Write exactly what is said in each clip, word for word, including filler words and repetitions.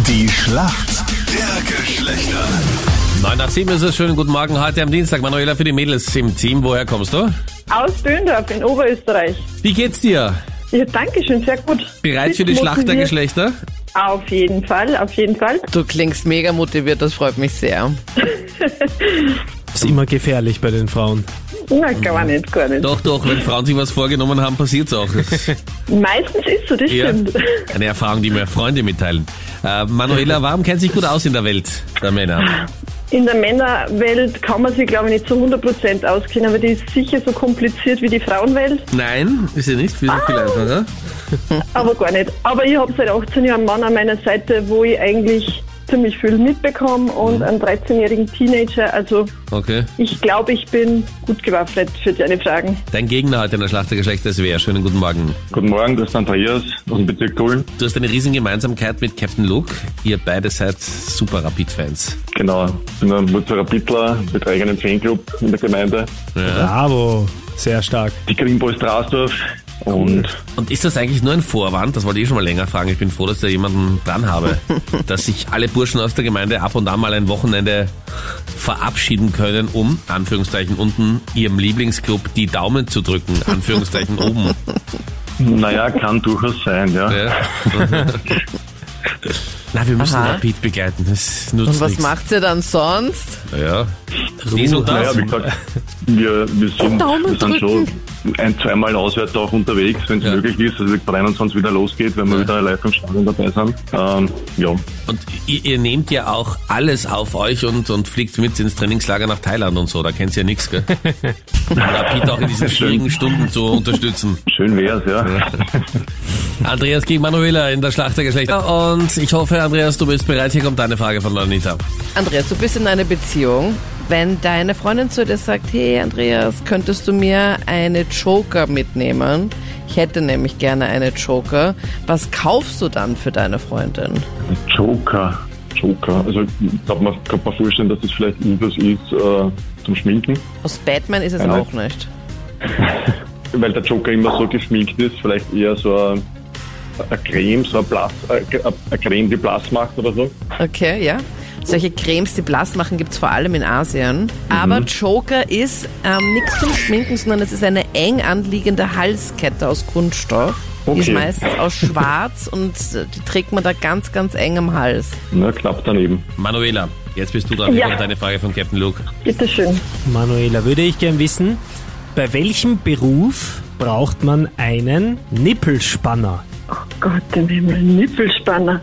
Die Schlacht der Geschlechter. neun nach sieben ist es. Schönen guten Morgen heute am Dienstag. Manuela für die Mädels im Team. Woher kommst du? Aus Döndorf in Oberösterreich. Wie geht's dir? Ja, danke schön, sehr gut. Bereit für die Bist Schlacht der motiviert? Geschlechter? Auf jeden Fall, auf jeden Fall. Du klingst mega motiviert, das freut mich sehr. Ist immer gefährlich bei den Frauen. Na, gar nicht, gar nicht. Doch, doch, wenn Frauen sich was vorgenommen haben, passiert's auch. Das ist Meistens ist so, das eher stimmt. eine Erfahrung, die mir Freunde mitteilen. Äh, Manuela, warum kennt sich gut aus in der Welt der Männer? In der Männerwelt kann man sich, glaube ich, nicht zu hundert Prozent auskennen, aber die ist sicher so kompliziert wie die Frauenwelt, Nein, ist ja nicht viel, viel einfacher. aber gar nicht. Aber ich habe seit achtzehn Jahren einen Mann an meiner Seite, wo ich eigentlich ziemlich viel mitbekomme und einen dreizehnjährigen Teenager, also Okay. ich glaube, ich bin gut gewaffnet für deine Fragen. Dein Gegner heute in der Schlacht der Geschlechter ist wer? Schönen guten Morgen. Guten Morgen, das ist Andreas aus dem Bezirk Tulln. Du hast eine riesen Gemeinsamkeit mit Captain Luke. Ihr beide seid super Rapid-Fans. Genau, ich bin ein Multirapidler mit eigenem Fanclub in der Gemeinde. Ja. Bravo, sehr stark. Die Greenboys Straßdorf und Und ist das eigentlich nur ein Vorwand? Das wollte ich schon mal länger fragen. Ich bin froh, dass ich da jemanden dran habe, dass sich alle Burschen aus der Gemeinde ab und an mal ein Wochenende verabschieden können, um, Anführungszeichen unten, ihrem Lieblingsclub die Daumen zu drücken, Anführungszeichen oben. naja, kann durchaus sein, ja. Ja. Na, wir müssen Aha. Rapid begleiten. Das nutzt Und was nichts. macht ihr dann sonst? Ja. Dies und das. Naja, wie gesagt, wir, wir, sind, Daumen wir sind schon ein, zweimal auswärts auch unterwegs, wenn es Ja. möglich ist. Also dreiundzwanzig wieder losgeht, wenn wir Ja. wieder live im Stadion dabei sind. Ähm, ja, Und ihr, ihr nehmt ja auch alles auf euch und, und fliegt mit ins Trainingslager nach Thailand und so. Da kennt ihr ja nichts, gell? Um Rapid auch in diesen schwierigen Stunden zu unterstützen. schön wär's, ja. Andreas gegen Manuela in der Schlacht der Geschlechter. Und ich hoffe, Andreas, du bist bereit. Hier kommt deine Frage von Anita. Andreas, du bist in einer Beziehung. Wenn deine Freundin zu dir sagt, hey Andreas, könntest du mir eine Joker mitnehmen? Ich hätte nämlich gerne eine Joker. Was kaufst du dann für deine Freundin? Joker, Joker. Also ich glaube, man kann mir vorstellen, dass das vielleicht irgendwas ist äh, zum Schminken. Aus Batman ist es Eine. auch nicht. Weil der Joker immer so geschminkt ist, vielleicht eher so eine, eine Creme, so eine, Blass, eine, eine Creme, die blass macht oder so. Okay, ja. Solche Cremes, die blass machen, gibt es vor allem in Asien. Aber Joker ist ähm, nichts zum Schminken, sondern es ist eine eng anliegende Halskette aus Kunststoff. Die ist Okay. meistens aus Schwarz und äh, die trägt man da ganz, ganz eng am Hals. Na, knapp daneben. Manuela, jetzt bist du dran. Hier Ja. kommt deine Frage von Captain Luke. Bitteschön. Manuela, würde ich gern wissen, bei welchem Beruf braucht man einen Nippelspanner? Oh Gott, im Himmel, Nippelspanner.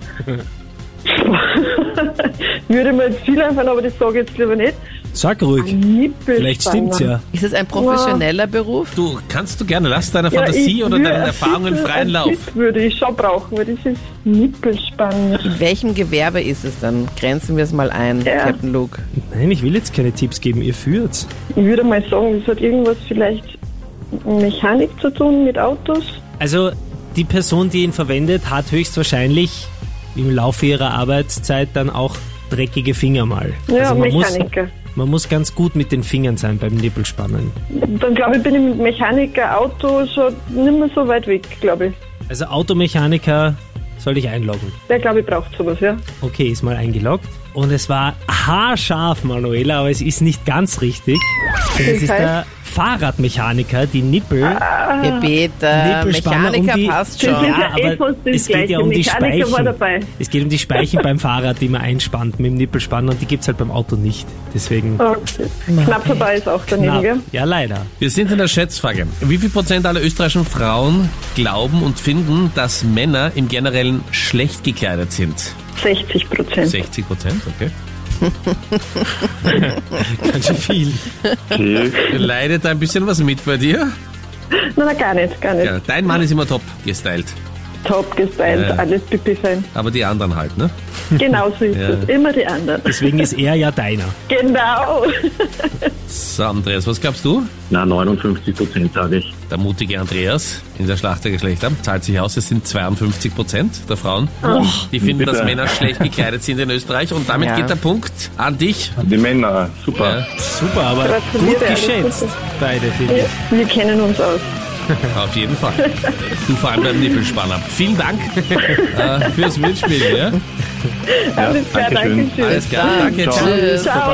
Würde mir jetzt viel einfallen, aber das sage ich jetzt lieber nicht. Sag ruhig, Nippelspanner. vielleicht stimmt's ja. Ist es ein professioneller Beruf? Du, kannst du gerne, lass deiner Ja, Fantasie ich oder würde deinen ein Erfahrungen Titel- freien ein Lauf. Titel würde ich schon brauchen, weil das ist Nippelspanner. In welchem Gewerbe ist es dann? Grenzen wir es mal ein, Ja. Captain Luke. Nein, ich will jetzt keine Tipps geben, ihr führt's. Ich würde mal sagen, das hat irgendwas vielleicht mit Mechanik zu tun, mit Autos. Also die Person, die ihn verwendet, hat höchstwahrscheinlich im Laufe ihrer Arbeitszeit dann auch dreckige Finger mal. Ja, also man muss, Mechaniker. man muss ganz gut mit den Fingern sein beim Nippelspannen. Dann glaube ich, bin ich mit Mechaniker, Auto schon nicht mehr so weit weg, glaube ich. Also Automechaniker soll ich einloggen. Der, glaube ich, braucht sowas, ja. Okay, ist mal eingeloggt. Und es war haarscharf, Manuela, aber es ist nicht ganz richtig. Denn es ist heißt? der Fahrradmechaniker, die Nippel. Ja, bitte, Nippelspanner Mechaniker um die- passt Das schon. ist Ja, ja eh aber fast das es geht ja Gleiche. um die Mechaniker war Speichen. dabei. Es geht um die Speichen beim Fahrrad, die man einspannt mit dem Nippelspanner und die gibt's halt beim Auto nicht. Deswegen Okay. Knapp vorbei ist auch daneben, knapp. gell? Ja, leider. Wir sind in der Schätzfrage. Wie viel Prozent aller österreichischen Frauen glauben und finden, dass Männer im Generellen schlecht gekleidet sind? sechzig Prozent. sechzig Prozent, okay. Ganz schön viel. Okay. Leidet ein bisschen was mit bei dir? Nein, nein, gar nicht, gar nicht. Ja, dein Mann ist immer top gestylt, Top gestylt, Ja. alles pipi fein. aber die anderen halt, ne? Genau so ist Ja. es. Immer die anderen. Deswegen ist er ja deiner. Genau. So, Andreas, was glaubst du? Na, neunundfünfzig Prozent sage ich. Der mutige Andreas in der Schlacht der Geschlechter zahlt sich aus, es sind zweiundfünfzig Prozent der Frauen, die finden, bitte. dass Männer schlecht gekleidet sind in Österreich. Und damit Ja. geht der Punkt an dich. Die Männer, super. Ja, Super, aber Gratuliere, gut alles geschätzt, Gute. beide, finde Ja, ich. wir kennen uns aus. auf jeden Fall. Du vor allem beim Nippelspanner. Vielen Dank äh, fürs Mitspielen. Ja? Alles klar, Dankeschön. danke schön. Alles klar, danke, Ciao. tschüss. Ciao.